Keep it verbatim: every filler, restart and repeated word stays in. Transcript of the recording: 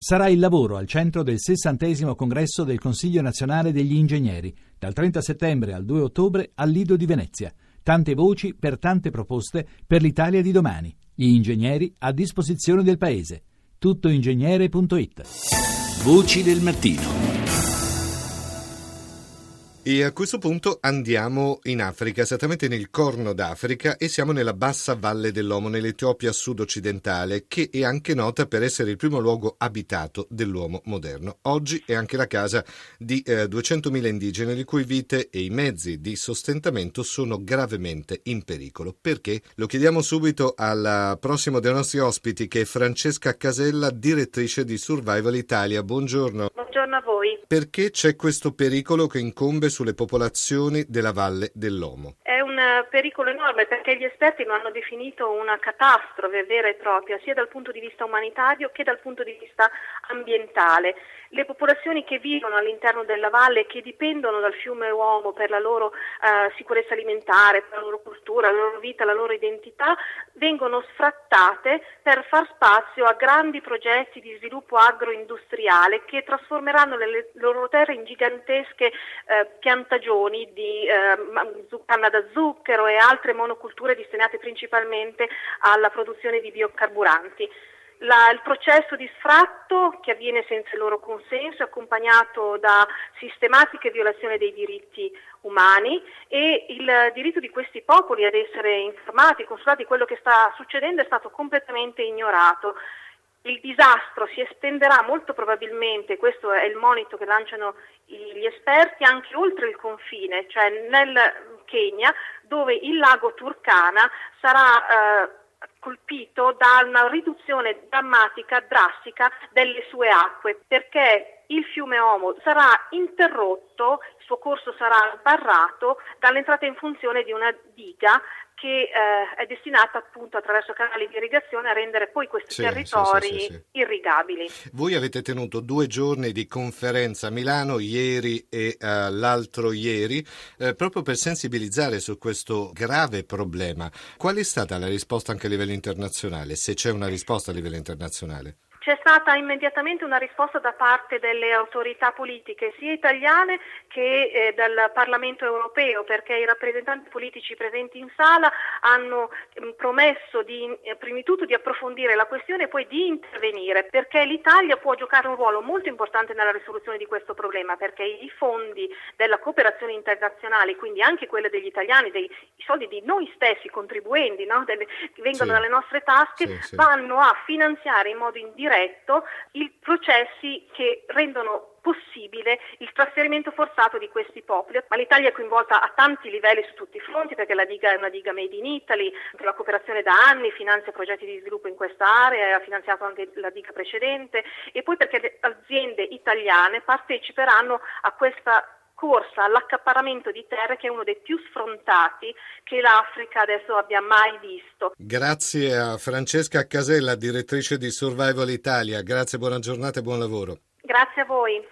Sarà il lavoro al centro del sessantesimo congresso del Consiglio Nazionale degli Ingegneri, dal trenta settembre al due ottobre al Lido di Venezia. Tante voci per tante proposte per l'Italia di domani. Gli ingegneri a disposizione del Paese. tuttoingegnere punto it. Voci del mattino. E a questo punto andiamo in Africa, esattamente nel Corno d'Africa, e siamo nella bassa valle dell'Omo, nell'Etiopia sud-occidentale, che è anche nota per essere il primo luogo abitato dell'uomo moderno. Oggi è anche la casa di eh, duecentomila indigeni, le cui vite e i mezzi di sostentamento sono gravemente in pericolo. Perché? Lo chiediamo subito al prossimo dei nostri ospiti, che è Francesca Casella, direttrice di Survival Italia. Buongiorno. Buongiorno a voi. Perché c'è questo pericolo che incombe sulle popolazioni della Valle dell'Omo? È un pericolo enorme perché gli esperti lo hanno definito una catastrofe vera e propria, sia dal punto di vista umanitario che dal punto di vista ambientale. Le popolazioni che vivono all'interno della valle, che dipendono dal fiume Omo per la loro eh, sicurezza alimentare, per la loro cultura, la loro vita, la loro identità, vengono sfrattate per far spazio a grandi progetti di sviluppo agroindustriale che trasformeranno le loro terre in gigantesche eh, piantagioni di eh, canna da zucchero e altre monoculture destinate principalmente alla produzione di biocarburanti. La, il processo di sfratto, che avviene senza il loro consenso, è accompagnato da sistematiche violazioni dei diritti umani e il diritto di questi popoli ad essere informati, consultati. Quello che sta succedendo è stato completamente ignorato. Il disastro si estenderà molto probabilmente, questo è il monito che lanciano gli esperti, anche oltre il confine, cioè nel Kenya, dove il lago Turkana sarà eh, colpito da una riduzione drammatica, drastica delle sue acque, perché il fiume Omo sarà interrotto, il suo corso sarà sbarrato dall'entrata in funzione di una diga che eh, è destinata appunto attraverso canali di irrigazione a rendere poi questi sì, territori sì, sì, sì, sì. irrigabili. Voi avete tenuto due giorni di conferenza a Milano, ieri e uh, l'altro ieri, eh, proprio per sensibilizzare su questo grave problema. Qual è stata la risposta anche a livello internazionale, se c'è una risposta a livello internazionale? C'è stata immediatamente una risposta da parte delle autorità politiche, sia italiane che eh, dal Parlamento europeo, perché i rappresentanti politici presenti in sala hanno eh, promesso di, eh, prima di tutto di approfondire la questione e poi di intervenire, perché l'Italia può giocare un ruolo molto importante nella risoluzione di questo problema, perché i fondi della cooperazione internazionale, quindi anche quelle degli italiani, dei i soldi di noi stessi contribuenti, no? Delle, che vengono sì. dalle nostre tasche, sì, sì. vanno a finanziare in modo indiretto i processi che rendono possibile il trasferimento forzato di questi popoli. Ma l'Italia è coinvolta a tanti livelli su tutti i fronti, perché la diga è una diga made in Italy, la cooperazione da anni finanzia progetti di sviluppo in questa area, ha finanziato anche la diga precedente, e poi perché le aziende italiane parteciperanno a questa corsa all'accaparramento di terre, che è uno dei più sfrontati che l'Africa adesso abbia mai visto. Grazie a Francesca Casella, direttrice di Survival Italia. Grazie, buona giornata e buon lavoro. Grazie a voi.